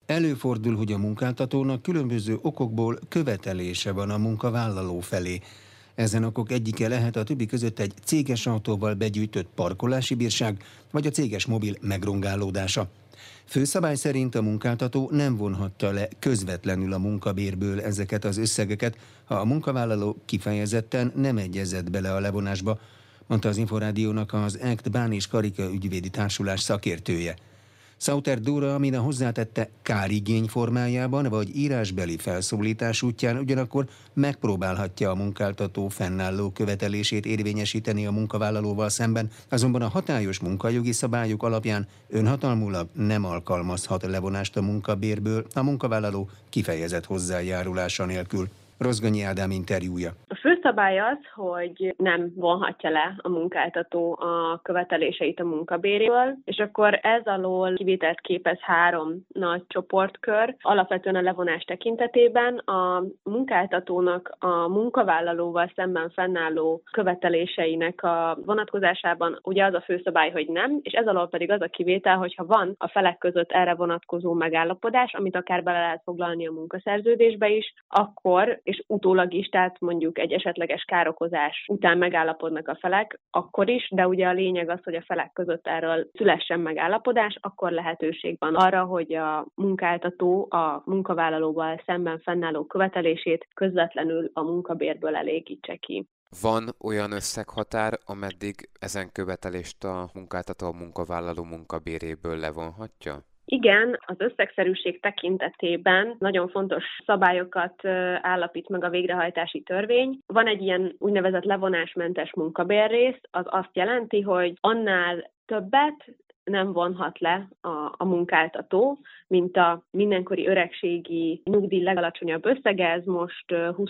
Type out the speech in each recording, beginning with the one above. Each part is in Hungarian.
Előfordul, hogy a munkáltatónak különböző okokból követelése van a munkavállaló felé. Ezen okok egyike lehet a többi között egy céges autóval begyűjtött parkolási bírság, vagy a céges mobil megrongálódása. Főszabály szerint a munkáltató nem vonhatja le közvetlenül a munkabérből ezeket az összegeket, ha a munkavállaló kifejezetten nem egyezett bele a levonásba, mondta az Inforádiónak az ACT Bán és Karika ügyvédi társulás szakértője. Sauter Dóra Amina hozzátette, kárigény formájában vagy írásbeli felszólítás útján ugyanakkor megpróbálhatja a munkáltató fennálló követelését érvényesíteni a munkavállalóval szemben, azonban a hatályos munkajogi szabályok alapján önhatalmulag nem alkalmazhat levonást a munkabérből a munkavállaló kifejezett hozzájárulása nélkül. Rozgonyi Ádám interjúja. A főszabály az, hogy nem vonhatja le a munkáltató a követeléseit a munkabérből, és akkor ez alól kivételt képez 3 nagy csoportkör. Alapvetően a levonás tekintetében a munkáltatónak a munkavállalóval szemben fennálló követeléseinek a vonatkozásában ugye az a főszabály, hogy nem, és ez alól pedig az a kivétel, hogyha van a felek között erre vonatkozó megállapodás, amit akár bele lehet foglalni a munkaszerződésbe is, akkor és utólag is, tehát mondjuk egy esetleges károkozás után megállapodnak a felek, akkor is, de ugye a lényeg az, hogy a felek között erről szülessen megállapodás, akkor lehetőség van arra, hogy a munkáltató a munkavállalóval szemben fennálló követelését közvetlenül a munkabérből elégítse ki. Van olyan összeghatár, ameddig ezen követelést a munkáltató a munkavállaló munkabéréből levonhatja? Igen, az összegszerűség tekintetében nagyon fontos szabályokat állapít meg a végrehajtási törvény. Van egy ilyen úgynevezett levonásmentes munkabérrész, az azt jelenti, hogy annál többet nem vonhat le a munkáltató, mint a mindenkori öregségi nyugdíj legalacsonyabb összege, ez most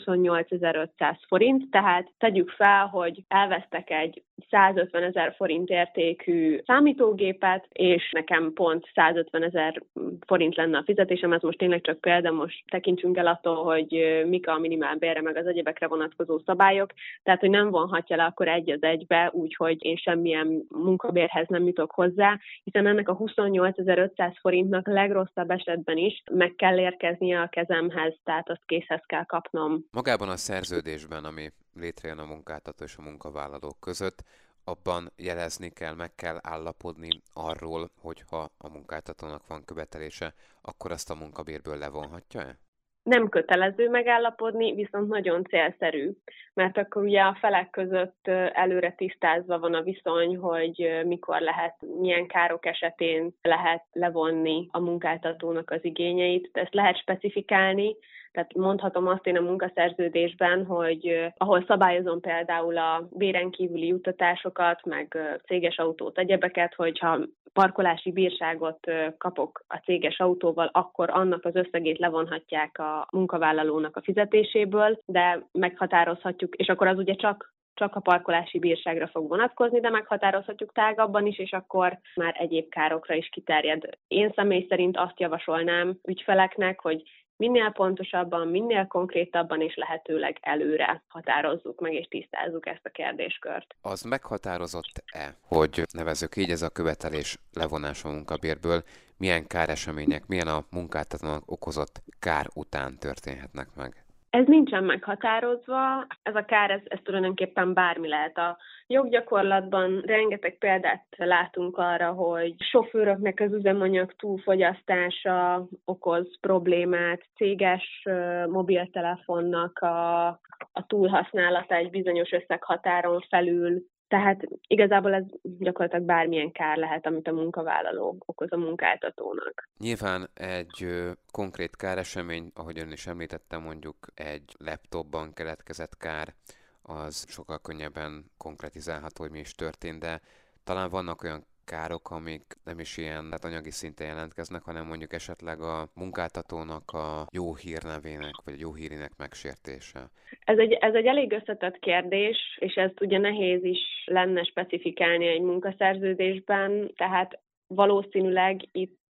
28.500 forint, tehát tegyük fel, hogy elvesztek egy 150.000 forint értékű számítógépet, és nekem pont 150.000 forint lenne a fizetésem, ez most tényleg csak példa, most tekintsünk el attól, hogy mik a minimálbérre meg az egyebekre vonatkozó szabályok, tehát hogy nem vonhatja le akkor egy az egybe, úgyhogy én semmilyen munkabérhez nem jutok hozzá, hiszen ennek a 28.500 forintnak legrosszabb esetben is meg kell érkeznie a kezemhez, tehát azt készhez kell kapnom. Magában a szerződésben, ami létrejön a munkáltató és a munkavállalók között, abban jelezni kell, meg kell állapodni arról, hogyha a munkáltatónak van követelése, akkor azt a munkabérből levonhatja-e? Nem kötelező megállapodni, viszont nagyon célszerű, mert akkor ugye a felek között előre tisztázva van a viszony, hogy mikor lehet, milyen károk esetén lehet levonni a munkáltatónak az igényeit. Ezt lehet specifikálni, tehát mondhatom azt én a munkaszerződésben, hogy ahol szabályozom például a béren kívüli juttatásokat, meg céges autót, egyebeket, hogyha parkolási bírságot kapok a céges autóval, akkor annak az összegét levonhatják a munkavállalónak a fizetéséből, de meghatározhatjuk, és akkor az ugye csak a parkolási bírságra fog vonatkozni, de meghatározhatjuk tágabban is, és akkor már egyéb károkra is kiterjed. Én személy szerint azt javasolnám ügyfeleknek, hogy minél pontosabban, minél konkrétabban és lehetőleg előre határozzuk meg és tisztázzuk ezt a kérdéskört. Az meghatározott-e, hogy nevezzük így, ez a követelés levonása a munkabérből, milyen káresemények, milyen a munkáltatónak okozott kár után történhetnek meg? Ez nincsen meghatározva, ez a kár, ez tulajdonképpen bármi lehet. A joggyakorlatban rengeteg példát látunk arra, hogy sofőröknek az üzemanyag túlfogyasztása okoz problémát, céges mobiltelefonnak a túlhasználata egy bizonyos összeghatáron felül. Tehát igazából ez gyakorlatilag bármilyen kár lehet, amit a munkavállaló okoz a munkáltatónak. Nyilván egy konkrét káresemény, ahogy ön is említette, mondjuk egy laptopban keletkezett kár, az sokkal könnyebben konkretizálható, hogy mi is történt, de talán vannak olyan károk, amik nem is ilyen anyagi szinten jelentkeznek, hanem mondjuk esetleg a munkáltatónak a jó hírnevének, vagy a jó hírének megsértése. Ez egy elég összetett kérdés, és ezt ugye nehéz is lenne specifikálni egy munkaszerződésben, tehát valószínűleg itt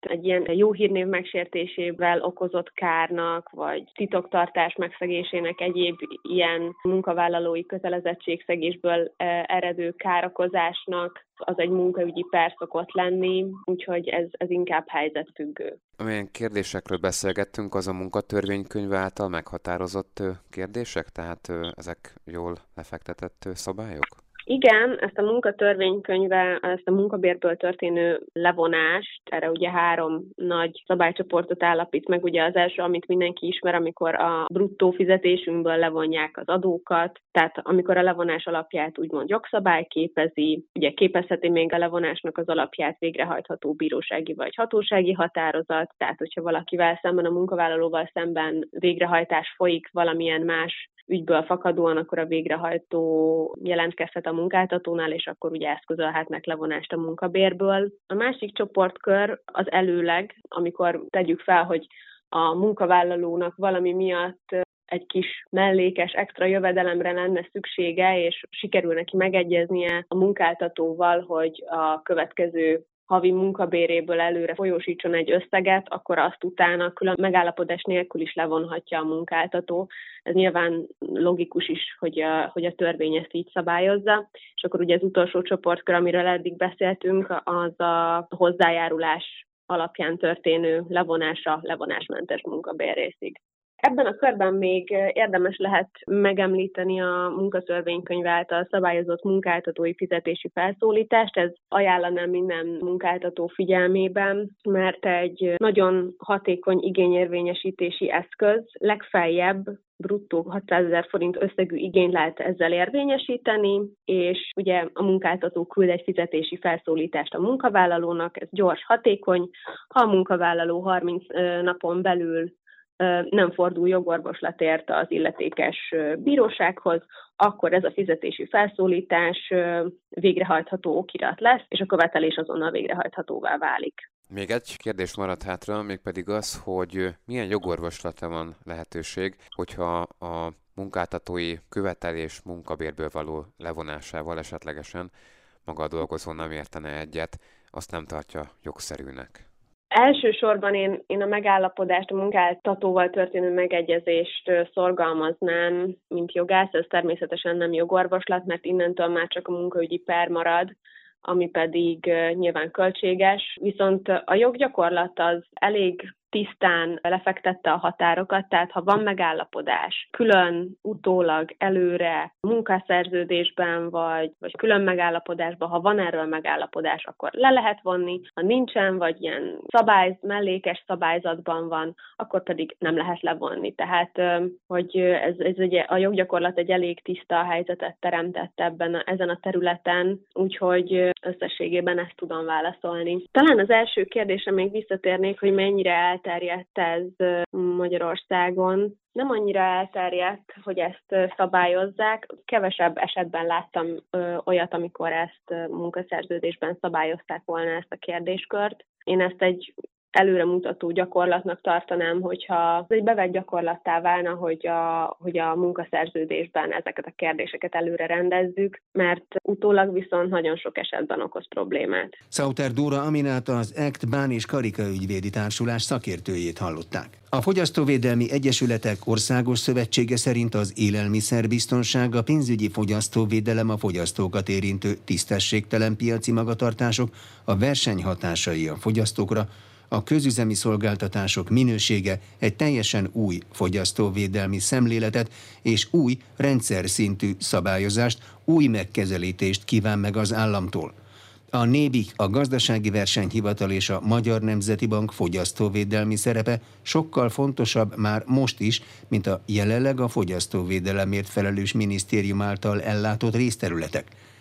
egy ilyen jó hírnév megsértésével okozott kárnak, vagy titoktartás megszegésének, egyéb ilyen munkavállalói kötelezettségszegésből eredő károkozásnak az egy munkaügyi per szokott lenni, úgyhogy ez inkább helyzetfüggő. Amilyen kérdésekről beszélgettünk, az a munkatörvénykönyv által meghatározott kérdések, tehát ezek jól lefektetett szabályok? Igen, ezt a munkatörvénykönyvvel, ezt a munkabérből történő levonást, erre ugye 3 nagy szabálycsoportot állapít meg. Ugye az első, amit mindenki ismer, amikor a bruttó fizetésünkből levonják az adókat, tehát amikor a levonás alapját úgymond jogszabály képezi, ugye képezheti még a levonásnak az alapját végrehajtható bírósági vagy hatósági határozat, tehát hogyha valakivel szemben, a munkavállalóval szemben végrehajtás folyik valamilyen más ügyből fakadóan, akkor a végrehajtó jelentkezhet a munkáltatónál, és akkor ugye eszközölhetnek levonást a munkabérből. A másik csoportkör az előleg, amikor tegyük fel, hogy a munkavállalónak valami miatt egy kis mellékes extra jövedelemre lenne szüksége, és sikerül neki megegyeznie a munkáltatóval, hogy a következő havi munkabéréből előre folyósítson egy összeget, akkor azt utána külön megállapodás nélkül is levonhatja a munkáltató. Ez nyilván logikus is, hogy a törvény ezt így szabályozza. És akkor ugye az utolsó csoportkör, amiről eddig beszéltünk, az a hozzájárulás alapján történő levonása, levonásmentes munkabérrészig. Ebben a körben még érdemes lehet megemlíteni a munkatörvénykönyv által szabályozott munkáltatói fizetési felszólítást. Ez ajánlanám minden munkáltató figyelmében, mert egy nagyon hatékony igényérvényesítési eszköz, legfeljebb bruttó 600 000 forint összegű igényt lehet ezzel érvényesíteni, és ugye a munkáltató küld egy fizetési felszólítást a munkavállalónak, ez gyors, hatékony. Ha a munkavállaló 30 napon belül nem fordul jogorvoslatért az illetékes bírósághoz, akkor ez a fizetési felszólítás végrehajtható okirat lesz, és a követelés azonnal végrehajthatóvá válik. Még egy kérdés maradt hátra, mégpedig az, hogy milyen jogorvoslatra van lehetőség, hogyha a munkáltatói követelés munkabérből való levonásával esetlegesen maga a dolgozó nem értene egyet, azt nem tartja jogszerűnek. Elsősorban én a megállapodást, a munkáltatóval történő megegyezést szorgalmaznám, mint jogász, ez természetesen nem jogorvoslat, mert innentől már csak a munkaügyi per marad, ami pedig nyilván költséges, viszont a joggyakorlat az elég tisztán lefektette a határokat, tehát ha van megállapodás, külön, utólag, előre, munkaszerződésben vagy külön megállapodásban, ha van erről megállapodás, akkor le lehet vonni, ha nincsen, vagy ilyen mellékes szabályzatban van, akkor pedig nem lehet levonni. Tehát, hogy ez ugye a joggyakorlat egy elég tiszta helyzetet teremtett ezen a területen, úgyhogy összességében ezt tudom válaszolni. Talán az első kérdésre még visszatérnék, hogy mennyire elterjedt ez Magyarországon. Nem annyira elterjedt, hogy ezt szabályozzák. Kevesebb esetben láttam olyat, amikor ezt munkaszerződésben szabályozták volna ezt a kérdéskört. Én ezt egy előremutató gyakorlatnak tartanám, hogyha ez egy bevett gyakorlattá válna, hogy a munkaszerződésben ezeket a kérdéseket előre rendezzük, mert utólag viszont nagyon sok esetben okoz problémát. Sauter Dóra Aminata, az ECT Bán és Karika ügyvédi társulás szakértőjét hallották. A Fogyasztóvédelmi Egyesületek Országos Szövetsége szerint az élelmiszerbiztonság, a pénzügyi fogyasztóvédelem, a fogyasztókat érintő tisztességtelen piaci magatartások, a verseny hatásai a fogyasztókra, a közüzemi szolgáltatások minősége egy teljesen új fogyasztóvédelmi szemléletet és új rendszer szintű szabályozást, új megközelítést kíván meg az államtól. A NÉBIK, a Gazdasági Versenyhivatal és a Magyar Nemzeti Bank fogyasztóvédelmi szerepe sokkal fontosabb már most is, mint a jelenleg a fogyasztóvédelemért felelős minisztérium által ellátott részterületek.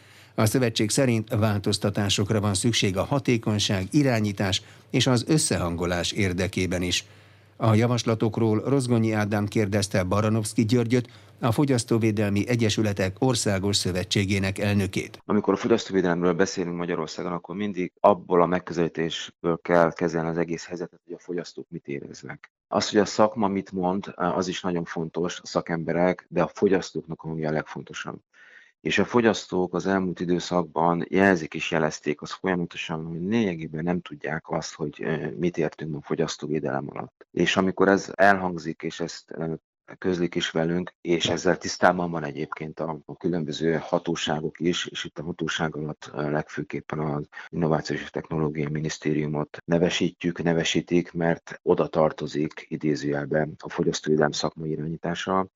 A szövetség szerint változtatásokra van szükség a hatékonyság, irányítás és az összehangolás érdekében is. A javaslatokról Rozgonyi Ádám kérdezte Baranovszky Györgyöt, a Fogyasztóvédelmi Egyesületek Országos Szövetségének elnökét. Amikor a fogyasztóvédelemről beszélünk Magyarországon, akkor mindig abból a megközelítésből kell kezelni az egész helyzetet, hogy a fogyasztók mit éreznek. Az, hogy a szakma mit mond, az is nagyon fontos, a szakemberek, de a fogyasztóknak a hangja a legfontosabb. És a fogyasztók az elmúlt időszakban jelzik és jelezték azt folyamatosan, hogy lényegében nem tudják azt, hogy mit értünk a fogyasztóvédelem alatt. És amikor ez elhangzik, és ezt közlik is velünk, és ezzel tisztában van egyébként a különböző hatóságok is, és itt a hatóság alatt legfőképpen az Innovációs és Technológiai Minisztériumot nevesítik, mert oda tartozik idézőjelben a fogyasztóvédelem szakmai irányítása,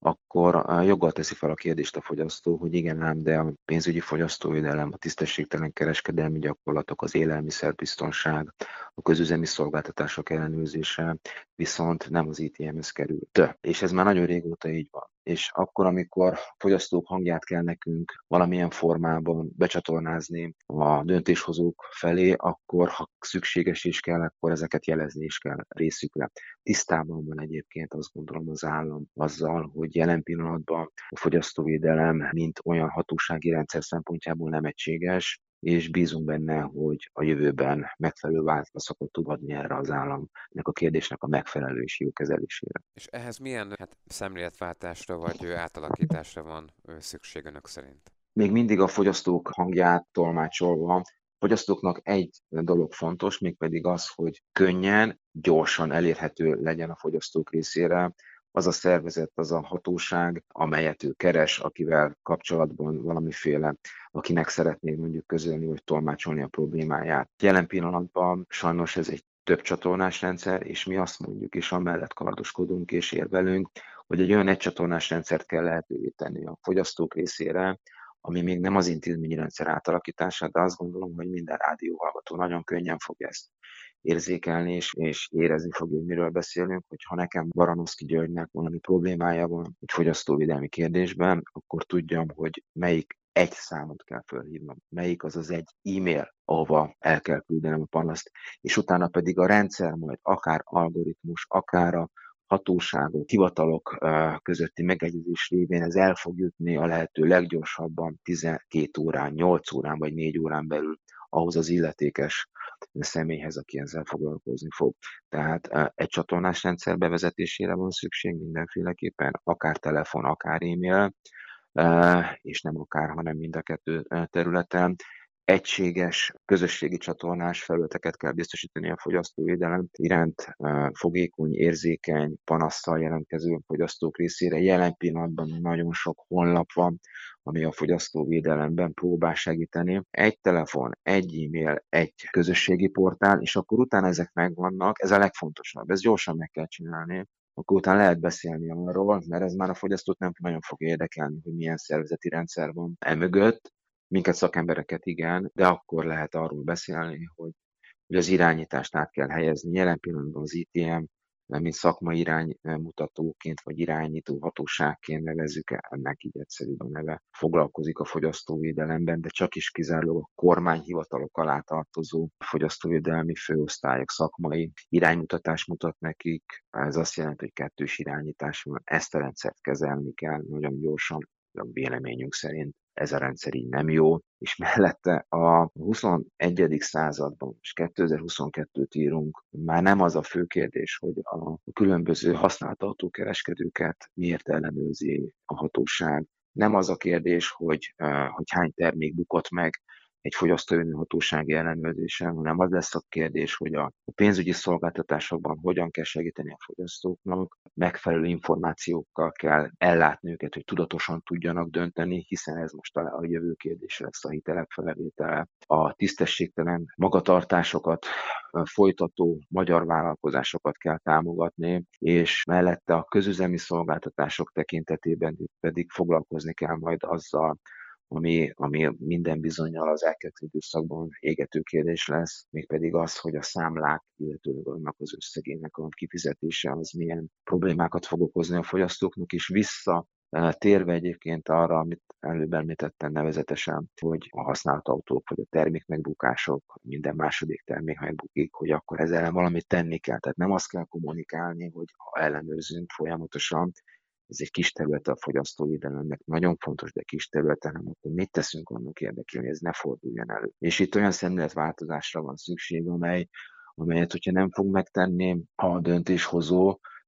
akkor joggal teszi fel a kérdést a fogyasztó, hogy igen ám, de a pénzügyi fogyasztóvédelem, a tisztességtelen kereskedelmi gyakorlatok, az élelmiszerbiztonság, a közüzemi szolgáltatások ellenőrzése viszont nem az ITM-hez került. És ez már nagyon régóta így van. És akkor, amikor a fogyasztók hangját kell nekünk valamilyen formában becsatornázni a döntéshozók felé, akkor, ha szükséges is kell, akkor ezeket jelezni is kell részükre. Tisztában van egyébként azt gondolom az állam azzal, hogy jelen pillanatban a fogyasztóvédelem mint olyan hatósági rendszer szempontjából nem egységes, és bízunk benne, hogy a jövőben megfelelő válaszokat tud adni erre az állam, ennek a kérdésnek a megfelelő és jó kezelésére. És ehhez milyen szemléletváltásra vagy átalakításra van szükség önök szerint? Még mindig a fogyasztók hangját tolmácsolva, a fogyasztóknak egy dolog fontos, mégpedig az, hogy könnyen, gyorsan elérhető legyen a fogyasztók részére az a szervezet, az a hatóság, amelyet ő keres, akivel kapcsolatban valamiféle, akinek szeretné mondjuk közölni vagy tolmácsolni a problémáját. Jelen pillanatban sajnos ez egy több csatornás rendszer, és mi azt mondjuk, és amellett kardoskodunk és érvelünk, hogy egy olyan egycsatornás rendszert kell lehetővé tenni a fogyasztók részére, ami még nem az intézményi rendszer átalakítása, de azt gondolom, hogy minden rádióhallgató nagyon könnyen fog ezt érzékelni, és érezni fogja, hogy miről beszélünk, hogy ha nekem Baranowski Györgynek valami problémája van egy fogyasztóvédelmi kérdésben, akkor tudjam, hogy melyik egy számot kell fölhívnom, melyik az az egy e-mail, ahova el kell küldenem a panaszt, és utána pedig a rendszer majd akár algoritmus, akár a hatóságok, hivatalok közötti megegyezés révén ez el fog jutni a lehető leggyorsabban 12 órán, 8 órán vagy 4 órán belül ahhoz az illetékes személyhez, aki ezzel foglalkozni fog. Tehát egy csatornás rendszer bevezetésére van szükség mindenféleképpen, akár telefon, akár e-mail, és nem akár, hanem mind a kettő területen. Egységes közösségi csatornás felületeket kell biztosítani a fogyasztóvédelem iránt fogékony, érzékeny, panasszal jelentkező fogyasztók részére. Jelen pillanatban nagyon sok honlap van, ami a fogyasztóvédelemben próbál segíteni. Egy telefon, egy e-mail, egy közösségi portál, és akkor utána ezek megvannak, ez a legfontosabb, ezt gyorsan meg kell csinálni, akkor utána lehet beszélni arról, mert ez már a fogyasztót nem nagyon fog érdekelni, hogy milyen szervezeti rendszer van emögött. Minket szakembereket igen, de akkor lehet arról beszélni, hogy az irányítást át kell helyezni. Jelen pillanatban az ITM, mint szakmai iránymutatóként vagy irányító hatóságként nevezzük, ennek így egyszerűbb a neve, foglalkozik a fogyasztóvédelemben, de csak is kizárólag a kormányhivatalok alá tartozó fogyasztóvédelmi főosztályok szakmai iránymutatást mutat nekik. Ez azt jelenti, hogy kettős irányítás van, ezt a rendszert kezelni kell nagyon gyorsan, a véleményünk szerint ez a rendszer így nem jó, és mellette a 21. században, és 2022-t írunk, már nem az a fő kérdés, hogy a különböző használt autókereskedőket miért ellenőrzi a hatóság. Nem az a kérdés, hogy hány termék bukott meg egy fogyasztóvédelmi hatósági ellenőrzésen, hanem az lesz a kérdés, hogy a pénzügyi szolgáltatásokban hogyan kell segíteni a fogyasztóknak, megfelelő információkkal kell ellátni őket, hogy tudatosan tudjanak dönteni, hiszen ez most a jövő kérdése lesz, a hitelek felvétele. A tisztességtelen magatartásokat folytató magyar vállalkozásokat kell támogatni, és mellette a közüzemi szolgáltatások tekintetében pedig foglalkozni kell majd azzal, ami minden bizonnyal az elkövetkező időszakban égető kérdés lesz, mégpedig az, hogy a számlák, illetőleg annak az összegének a kifizetése az milyen problémákat fog okozni a fogyasztóknak, és visszatérve egyébként arra, amit előbb említettem nevezetesen, hogy a használt autók vagy a termékmegbukások, minden második termék megbukik, hogy akkor ezzel ellen valamit tenni kell. Tehát nem azt kell kommunikálni, hogy ha ellenőrzünk folyamatosan, ez egy kis terület a fogyasztóvédelemnek, nagyon fontos, de kis területen, hanem akkor mit teszünk annak érdekében, hogy ez ne forduljon elő. És itt olyan szemléletváltozásra van szükség, amelyet, hogyha nem fog megtenni a döntéshozó,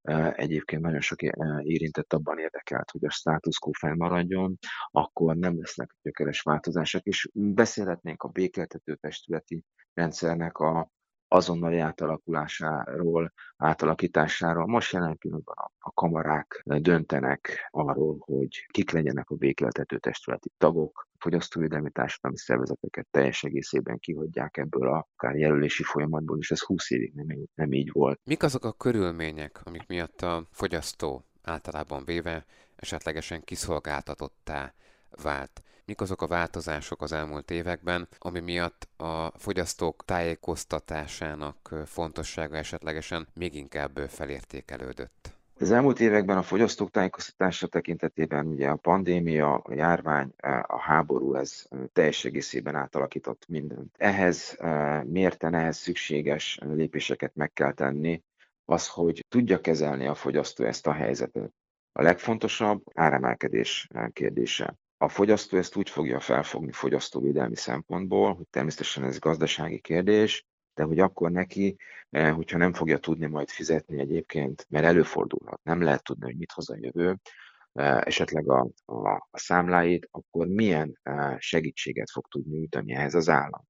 egyébként nagyon sok érintett abban érdekelt, hogy a status quo fennmaradjon, akkor nem lesznek gyökeres változások, és beszélhetnénk a békéltető testületi rendszernek azonnali átalakulásáról, átalakításáról. Most jelen pillanatban a kamarák döntenek arról, hogy kik legyenek a békéltető testületi tagok, a fogyasztóvédelmi társadalmi szervezeteket teljes egészében kihagyják ebből akár jelölési folyamatból, és ez 20 évig nem így volt. Mik azok a körülmények, amik miatt a fogyasztó általában véve esetlegesen kiszolgáltatottá vált? Mik azok a változások az elmúlt években, ami miatt a fogyasztók tájékoztatásának fontossága esetlegesen még inkább felértékelődött? Az elmúlt években a fogyasztók tájékoztatása tekintetében ugye a pandémia, a járvány, a háború, ez teljes egészében átalakított mindent. Ehhez mérten, ehhez szükséges lépéseket meg kell tenni, az, hogy tudja kezelni a fogyasztó ezt a helyzetet. A legfontosabb áremelkedés kérdése. A fogyasztó ezt úgy fogja felfogni fogyasztóvédelmi szempontból, hogy természetesen ez gazdasági kérdés, de hogy akkor neki, hogyha nem fogja tudni majd fizetni egyébként, mert előfordulhat, nem lehet tudni, hogy mit hoz a jövő, esetleg a számláit, akkor milyen segítséget fog tudni nyújtani ehhez az állam.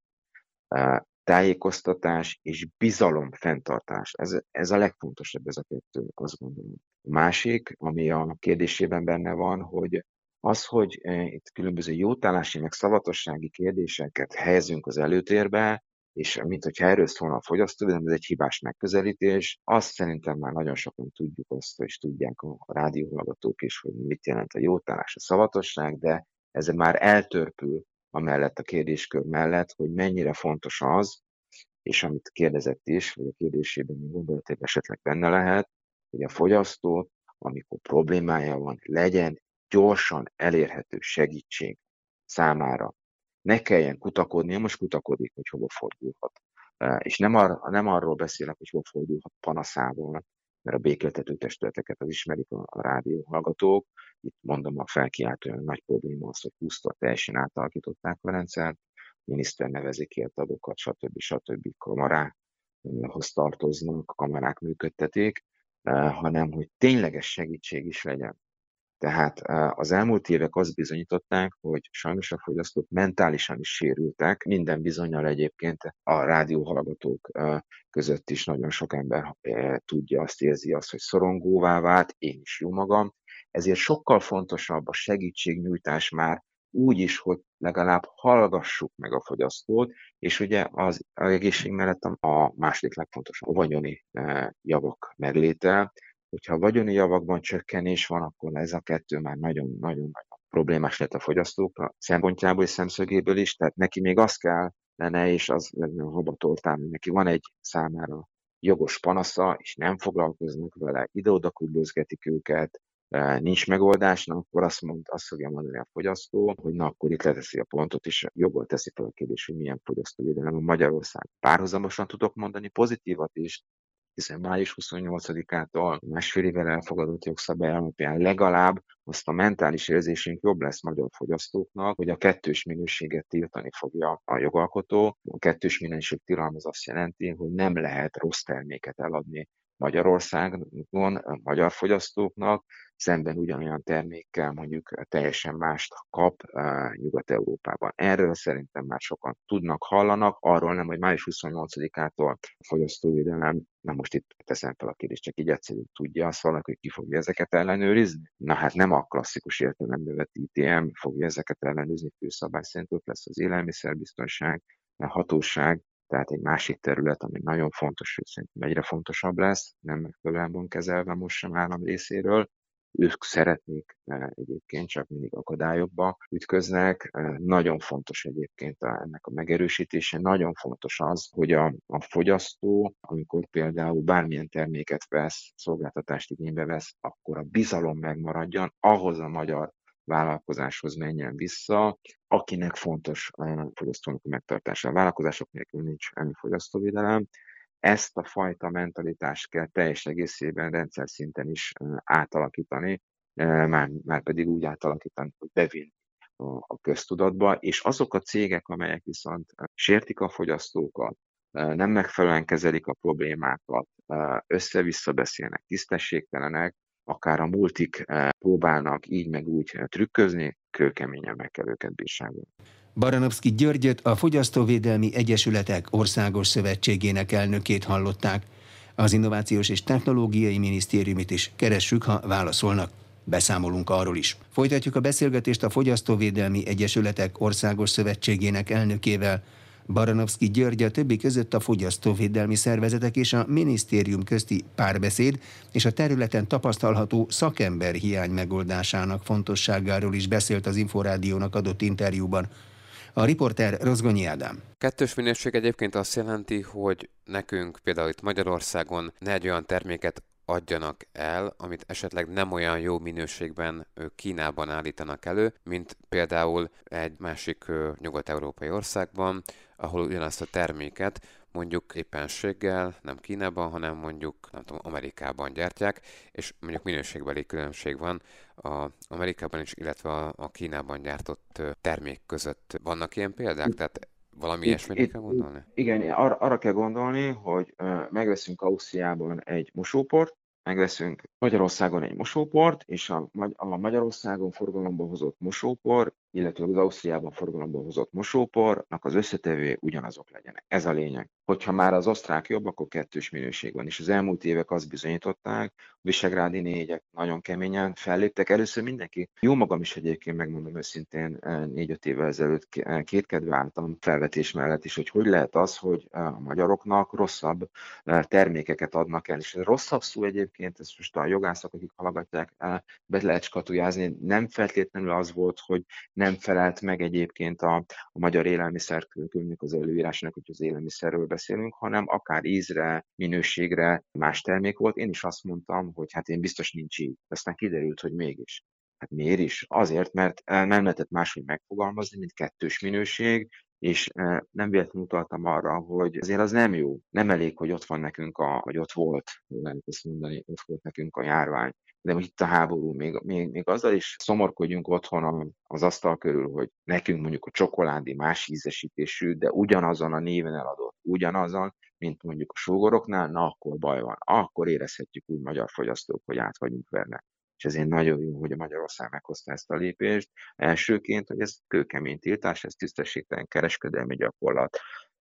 Tájékoztatás és bizalom fenntartás. Ez a legfontosabb, ez a kettő, azt gondolom. A másik, ami a kérdésében benne van, hogy az, hogy itt különböző jótállási, meg szavatossági kérdéseket helyezünk az előtérbe, és mint hogyha erről szólna a fogyasztóvédelem, ez egy hibás megközelítés. Azt szerintem már nagyon sokan tudjuk azt, és tudják a rádióhallgatók is, hogy mit jelent a jótállás, a szavatosság, de ez már eltörpül amellett a kérdéskör mellett, hogy mennyire fontos az, és amit kérdezett is, vagy a kérdésében gondolatében esetleg benne lehet, hogy a fogyasztó, amikor problémája van, legyen gyorsan elérhető segítség számára. Ne kelljen kutakodnia, most kutakodik, hogy hova fordulhat. És nem arról beszélek, hogy hova fordulhat panaszával, mert a békéltető testületeket az ismerik a rádióhallgatók. Itt mondom, a felkiáltó olyan nagy probléma az, hogy 20-tól teljesen átalakították a rendszert, miniszter nevezi ki a tagokat, stb. Kamarához tartoznak, a kamarák működtetik, hanem hogy tényleges segítség is legyen. Tehát az elmúlt évek azt bizonyították, hogy sajnos a fogyasztók mentálisan is sérültek. Minden bizonnyal egyébként a rádióhallgatók között is nagyon sok ember tudja, azt érzi azt, hogy szorongóvá vált, én is jó magam. Ezért sokkal fontosabb a segítségnyújtás már úgy is, hogy legalább hallgassuk meg a fogyasztót, és ugye az egészség mellett a második legfontosabb a vagyoni javak megléte. Hogyha a vagyoni javakban csökkenés van, akkor ez a kettő már nagyon-nagyon problémás lett a fogyasztók szempontjából és szemszögéből is, tehát neki még az kellene, és az lenne a habatortán, hogy neki van egy számára jogos panasza, és nem foglalkoznak vele, ide-oda kudlőzgetik őket, nincs megoldásnak, akkor azt fogja mondani a fogyasztó, hogy na akkor itt leteszi a pontot, és joggal teszi fel a kérdést, hogy milyen fogyasztóvédelem a Magyarország. Párhuzamosan tudok mondani pozitívat is, hiszen május 28-ától másfél évvel elfogadott jogszabály alapján legalább azt a mentális érzésünk jobb lesz magyar fogyasztóknak, hogy a kettős minőséget tiltani fogja a jogalkotó. A kettős minőség tilalom az azt jelenti, hogy nem lehet rossz terméket eladni Magyarországon a magyar fogyasztóknak, szemben ugyanolyan termékkel mondjuk teljesen mást kap Nyugat-Európában. Erről szerintem már sokan tudnak, hallanak, arról nem, hogy május 28-ától a fogyasztóvédelem, na most itt teszem fel a kérdést, csak így egyszerűen tudja azt valaki, hogy ki fogja ezeket ellenőrizni? Na hát nem a klasszikus értelembe vett ITM fogja ezeket ellenőrizni, főszabály szerint ott lesz az élelmiszerbiztonság, a hatóság, tehát egy másik terület, ami nagyon fontos, hogy szerintem egyre fontosabb lesz, nem megfelelően van kezelve most sem állam részéről. Ők szeretnék egyébként, csak mindig akadályokba ütköznek. Nagyon fontos egyébként ennek a megerősítése. Nagyon fontos az, hogy a fogyasztó, amikor például bármilyen terméket vesz, szolgáltatást igénybe vesz, akkor a bizalom megmaradjon, ahhoz a magyar vállalkozáshoz menjen vissza, akinek fontos a fogyasztónak a megtartása. A vállalkozások nélkül nincs fogyasztóvédelem. Ezt a fajta mentalitást kell teljes egészében rendszer szinten is átalakítani, már pedig úgy átalakítani, hogy bevinni a köztudatba, és azok a cégek, amelyek viszont sértik a fogyasztókat, nem megfelelően kezelik a problémákat, össze-vissza beszélnek, tisztességtelenek, akár a multik próbálnak így meg úgy trükközni, kőkeményen meg kell őket bírságolni. Baranovszky Györgyöt, a Fogyasztóvédelmi Egyesületek Országos Szövetségének elnökét hallották. Az Innovációs és Technológiai Minisztériumot is keressük, ha válaszolnak. Beszámolunk arról is. Folytatjuk a beszélgetést a Fogyasztóvédelmi Egyesületek Országos Szövetségének elnökével. Baranovszky György a többi között a fogyasztóvédelmi szervezetek és a minisztérium közti párbeszéd és a területen tapasztalható szakemberhiány megoldásának fontosságáról is beszélt az Inforádiónak adott interjúban. A riporter Rozgonyi Ádám. Kettős minőség egyébként azt jelenti, hogy nekünk például itt Magyarországon ne egy olyan terméket adjanak el, amit esetleg nem olyan jó minőségben Kínában állítanak elő, mint például egy másik nyugat-európai országban, ahol ugyanazt a terméket mondjuk éppenséggel nem Kínában, hanem mondjuk nem tudom, Amerikában gyártják, és mondjuk minőségbeli különbség van az Amerikában is, illetve a Kínában gyártott termék között. Vannak ilyen példák? Tehát valami ilyesmire kell gondolni? Igen, arra kell gondolni, hogy megveszünk Ausztriában egy mosóport, megveszünk Magyarországon egy mosóport, és a Magyarországon forgalomba hozott mosópor, illetve az Ausztriában forgalomba hozott mosópornak az összetevői ugyanazok legyenek. Ez a lényeg. Hogyha már az osztrák jobb, akkor kettős minőség van. És az elmúlt évek azt bizonyították, a visegrádi négyek nagyon keményen felléptek. Először mindenki, jó magam is egyébként, megmondom őszintén, 4-5 évvel ezelőtt kétkedve álltam felvetés mellett is, hogy lehet az, hogy a magyaroknak rosszabb termékeket adnak el. És ez rosszabb szó egyébként, ezt most a jogászok, akik hallgatják, be lehet skatujázni. Nem feltétlenül az volt, hogy nem felelt meg egyébként a magyar élelmiszerkönyvnek az előírásának, hogy az élelmiszerről beszélünk, hanem akár ízre, minőségre más termék volt. Én is azt mondtam, hogy hát én biztos nincs így. Aztán kiderült, hogy mégis. Hát miért is? Azért, mert nem lehetett máshogy megfogalmazni, mint kettős minőség, és nem véletlenül utaltam arra, hogy azért az nem jó. Nem elég, hogy ott van nekünk, vagy ott volt, lehet ezt mondani, ott volt nekünk a járvány. De itt a háború, még azzal is szomorkodjunk otthon az asztal körül, hogy nekünk mondjuk a csokoládé más ízesítésű, de ugyanazon a néven eladott, ugyanazon, mint mondjuk a sógoroknál, na akkor baj van. Akkor érezhetjük úgy magyar fogyasztók, hogy át vagyunk vele. És ezért nagyon jó, hogy a Magyarország meghozta ezt a lépést. Elsőként, hogy ez kőkemény tiltás, ez tisztességtelen kereskedelmi gyakorlat.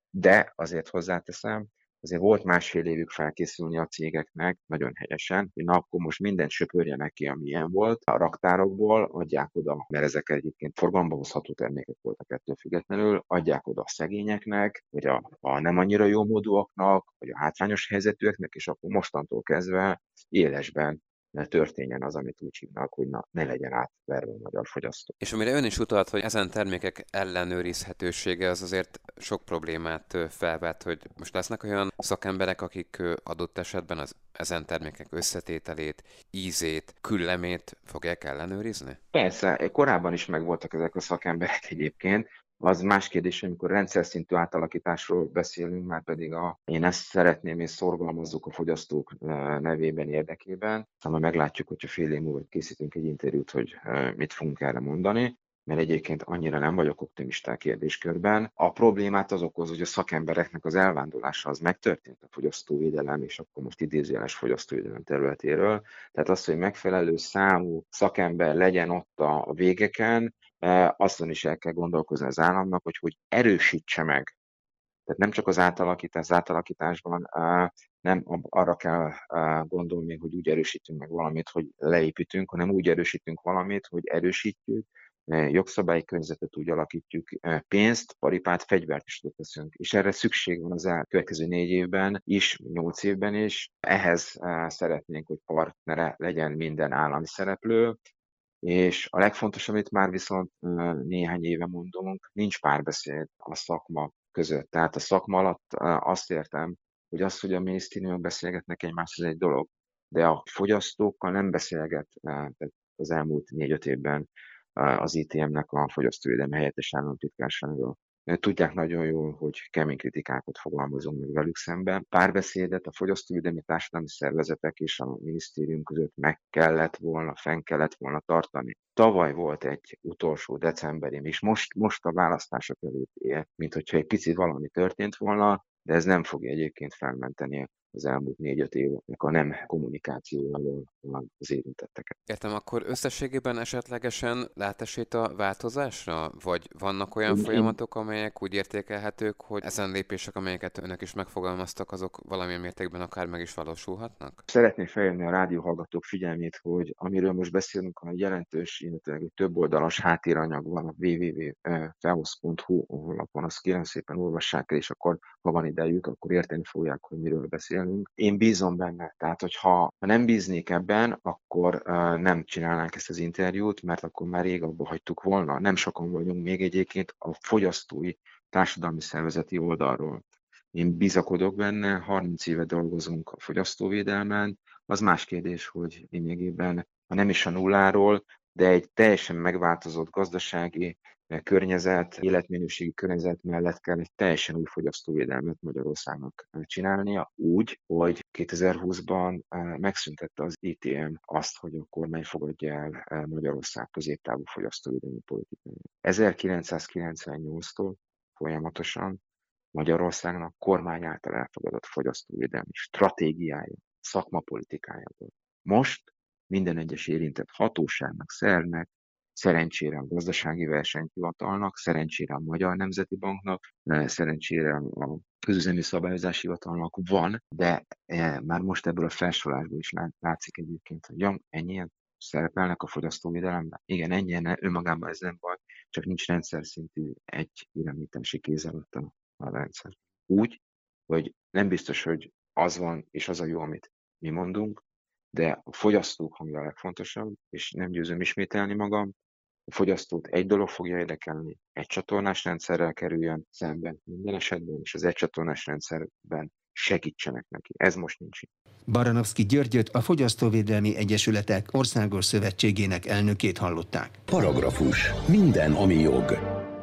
De azért hozzáteszem, azért volt másfél évük felkészülni a cégeknek, nagyon helyesen, hogy na akkor most mindent söpörjenek ki, ami ilyen volt, a raktárokból adják oda, mert ezek egyébként forgalomba hozható termékek voltak ettől függetlenül, adják oda a szegényeknek, vagy a nem annyira jó módúaknak, vagy a hátrányos helyzetűeknek, és akkor mostantól kezdve élesben történjen az, amit úgy hívnak, hogy ne legyen átverve a magyar fogyasztó. És amire ön is utalt, hogy ezen termékek ellenőrizhetősége az azért sok problémát felvet, hogy most lesznek olyan szakemberek, akik adott esetben ezen termékek összetételét, ízét, küllemét fogják ellenőrizni? Persze, korábban is megvoltak ezek a szakemberek egyébként. Az más kérdés, amikor rendszer szintű átalakításról beszélünk, már pedig én ezt szeretném, és szorgalmazzuk a fogyasztók nevében, érdekében. Majd meglátjuk, hogyha fél év múlva készítünk egy interjút, hogy mit fogunk erre mondani, mert egyébként annyira nem vagyok optimista a kérdéskörben. A problémát az okoz, hogy a szakembereknek az elvándorlása az megtörtént a fogyasztóvédelem, és akkor most idézőjeles fogyasztóvédelem területéről. Tehát az, hogy megfelelő számú szakember legyen ott a végeken, azon is el kell gondolkozni az államnak, hogy erősítse meg. Tehát nem csak az átalakításban nem arra kell gondolni, hogy úgy erősítünk meg valamit, hogy leépítünk, hanem úgy erősítünk valamit, hogy erősítjük, jogszabályi környezetet úgy alakítjuk, pénzt, paripát, fegyvert is teszünk. És erre szükség van az elkövetkező 4 évben is, 8 évben is. Ehhez szeretnénk, hogy partnere legyen minden állami szereplő, és a legfontosabb, amit már viszont néhány éve mondunk, nincs párbeszéd a szakma között. Tehát a szakma alatt azt értem, hogy az, hogy a minisztériumok beszélgetnek egymást, ez egy dolog, de a fogyasztókkal nem beszélget az elmúlt 4-5 évben az ITM-nek a fogyasztóvédelmi helyettes államtitkársága. Tudják nagyon jól, hogy kemény kritikákat fogalmazunk meg velük szemben. Párbeszédet a fogyasztóvédelmi társadalmi szervezetek és a minisztérium között fenn kellett volna tartani. Tavaly volt egy utolsó decemberi, és most a választások előtt él, mint hogyha egy picit valami történt volna, de ez nem fogja egyébként felmenteni az elmúlt 4-5 évnek a nem kommunikációjával az érintetteket. Értem, akkor összességében esetlegesen lát esélyt a változásra? Vagy vannak olyan folyamatok, amelyek úgy értékelhetők, hogy ezen lépések, amelyeket önök is megfogalmaztak, azok valamilyen mértékben akár meg is valósulhatnak? Szeretném felhívni a rádióhallgatók figyelmét, hogy amiről most beszélünk, a jelentős, illetve egy több oldalas háttéranyag van a www.feosz.hu honlapon, azt kérem szépen olvassák el, és akkor, ha van idejük, akkor érteni fogják, hogy miről beszélünk. Én bízom benne, tehát hogyha nem bíznék ebben, akkor nem csinálnánk ezt az interjút, mert akkor már rég abba hagytuk volna. Nem sokan vagyunk még egyébként a fogyasztói társadalmi szervezeti oldalról. Én bizakodok benne, 30 éve dolgozunk a fogyasztóvédelmen. Az más kérdés, hogy lényegében, ha nem is a nulláról, de egy teljesen megváltozott gazdasági környezet, életminőségi környezet mellett kell egy teljesen új fogyasztóvédelmet Magyarországnak csinálnia, úgy, hogy 2020-ban megszüntette az ITM azt, hogy a kormány fogadja el Magyarország középtávú fogyasztóvédelmi politikáját. 1998-tól folyamatosan Magyarországnak kormány által elfogadott fogyasztóvédelmi stratégiája, szakmapolitikája volt. Most minden egyes érintett hatóságnak, szervnek, szerencsére a Gazdasági Versenyhivatalnak, szerencsére a Magyar Nemzeti Banknak, szerencsére a Közüzemi Szabályozási Hivatalnak van, de már most ebből a felsorolásból is látszik egyébként, hogy ennyien szerepelnek a fogyasztóvédelemben. Igen, ennyien önmagában ez nem baj, csak nincs rendszer szintű egy irányítási kéz alatt a rendszer. Úgy, hogy nem biztos, hogy az van és az a jó, amit mi mondunk, de a fogyasztók hangja a legfontosabb, és nem győzöm ismételni magam, a fogyasztót egy dolog fogja érdekelni, egy csatornás rendszerrel kerüljön szemben minden esetben, és az egy csatornás rendszerben segítsenek neki. Ez most nincs. Baranovszky Györgyöt, a Fogyasztóvédelmi Egyesületek Országos Szövetségének elnökét hallották. Paragrafus. Minden, ami jog.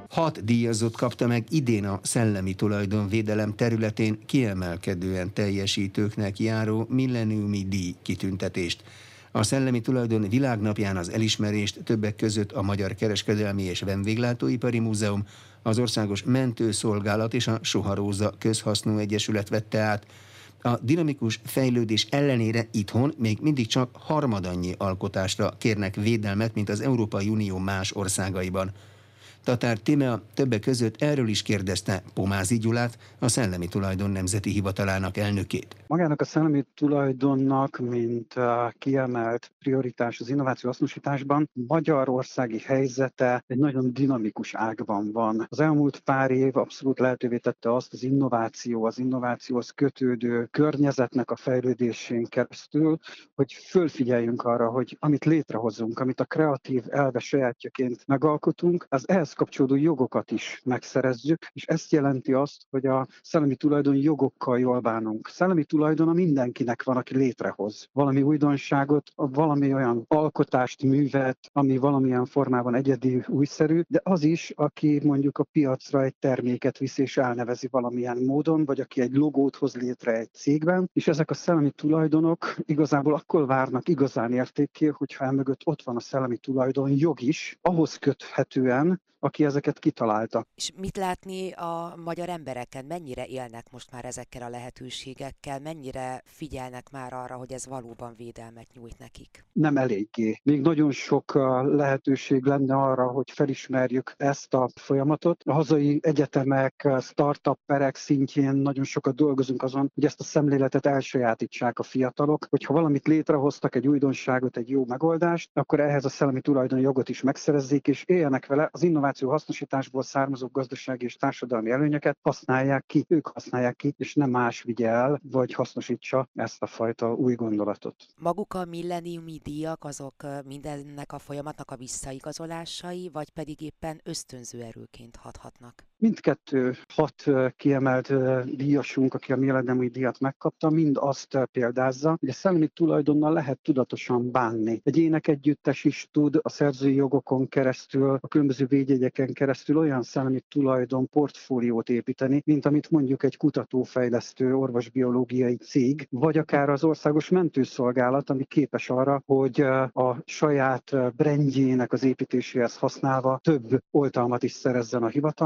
6 díjazott kapta meg idén a szellemi tulajdonvédelem területén kiemelkedően teljesítőknek járó milleniumi díj kitüntetést. A Szellemi Tulajdon Világnapján az elismerést többek között a Magyar Kereskedelmi és Vendéglátóipari Múzeum, az Országos Mentőszolgálat és a Soha-Róza Közhasznú Egyesület vette át. A dinamikus fejlődés ellenére itthon még mindig csak harmadannyi alkotásra kérnek védelmet, mint az Európai Unió más országaiban. Tatár Tímea többek között erről is kérdezte Pomázi Gyulát, a Szellemi Tulajdon Nemzeti Hivatalának elnökét. Magának a szellemi tulajdonnak, mint kiemelt prioritás az innováció hasznosításban, magyarországi helyzete egy nagyon dinamikus ágban van. Az elmúlt pár év abszolút lehetővé tette azt az innovációhoz kötődő környezetnek a fejlődésén keresztül, hogy fölfigyeljünk arra, hogy amit létrehozunk, amit a kreatív elve sajátjaként megalkotunk, az ehhez kapcsolódó jogokat is megszerezzük, és ezt jelenti azt, hogy a szellemi tulajdon jogokkal jól bánunk. Szellemi tulajdon a mindenkinek van, aki létrehoz valami újdonságot, valami olyan alkotást, művet, ami valamilyen formában egyedi, újszerű, de az is, aki mondjuk a piacra egy terméket visz és elnevezi valamilyen módon, vagy aki egy logót hoz létre egy cégben, és ezek a szellemi tulajdonok igazából akkor várnak igazán értékké, hogyha emögött ott van a szellemi tulajdon jog is, ahhoz köthetően, aki ezeket kitalálta. És mit látni a magyar embereken? Mennyire élnek most már ezekkel a lehetőségekkel? Mennyire figyelnek már arra, hogy ez valóban védelmet nyújt nekik? Nem eléggé. Még nagyon sok lehetőség lenne arra, hogy felismerjük ezt a folyamatot. A hazai egyetemek, startupperek szintjén nagyon sokat dolgozunk azon, hogy ezt a szemléletet elsajátítsák a fiatalok, hogyha valamit létrehoztak, egy újdonságot, egy jó megoldást, akkor ehhez a szellemi tulajdonjogot is megszerezzék, és éljenek vele. Az innováció hasznosításból származó gazdasági és társadalmi előnyöket használják ki, ők használják ki, és nem más vigye el, vagy hasznosítsa ezt a fajta új gondolatot. Maguk a milleniumi díjak, azok mindennek a folyamatnak a visszaigazolásai, vagy pedig éppen ösztönző erőként hathatnak? Mindkettő 6 kiemelt díjasunk, aki a milleniumi díjat megkapta, mind azt példázza, hogy a szellemi tulajdonnal lehet tudatosan bánni. Egy énekegyüttes is tud a szerzői jogokon keresztül, a különböző védjegyeken keresztül olyan szellemi tulajdon portfóliót építeni, mint amit mondjuk egy kutatófejlesztő orvosbiológiai cég, vagy akár az Országos Mentőszolgálat, ami képes arra, hogy a saját brandjének az építéséhez használva több oltalmat is szerezzen a hivatalnál. És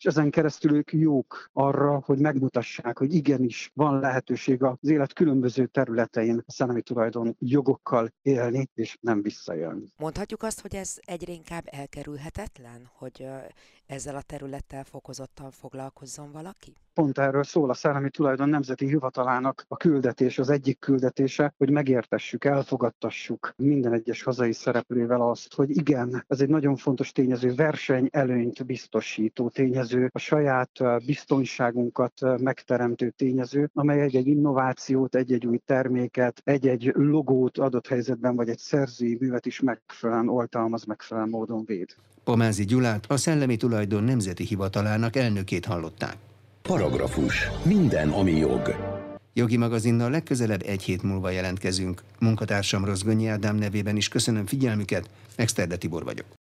ezen keresztül ők jók arra, hogy megmutassák, hogy igenis van lehetőség az élet különböző területein a szellemi tulajdon jogokkal élni, és nem visszaélni. Mondhatjuk azt, hogy ez egyre inkább elkerülhetetlen, hogy ezzel a területtel fokozottan foglalkozzon valaki? Pont erről szól a Szellemi Tulajdon Nemzeti Hivatalának a küldetés, az egyik küldetése, hogy megértessük, elfogadtassuk minden egyes hazai szereplővel azt, hogy igen, ez egy nagyon fontos tényező, versenyelőnyt biztosító tényező, a saját biztonságunkat megteremtő tényező, amely egy-egy innovációt, egy-egy új terméket, egy-egy logót adott helyzetben, vagy egy szerzői művet is megfelelően oltalmaz, megfelelően módon véd. Pomázi Gyulát, a Szellemi Tulajdon Nemzeti Hivatalának elnökét hallották. Paragrafus. Minden, ami jog. Jogi magazinnal legközelebb egy hét múlva jelentkezünk. Munkatársam Rozgonyi Ádám nevében is köszönöm figyelmüket, Exterde Tibor vagyok.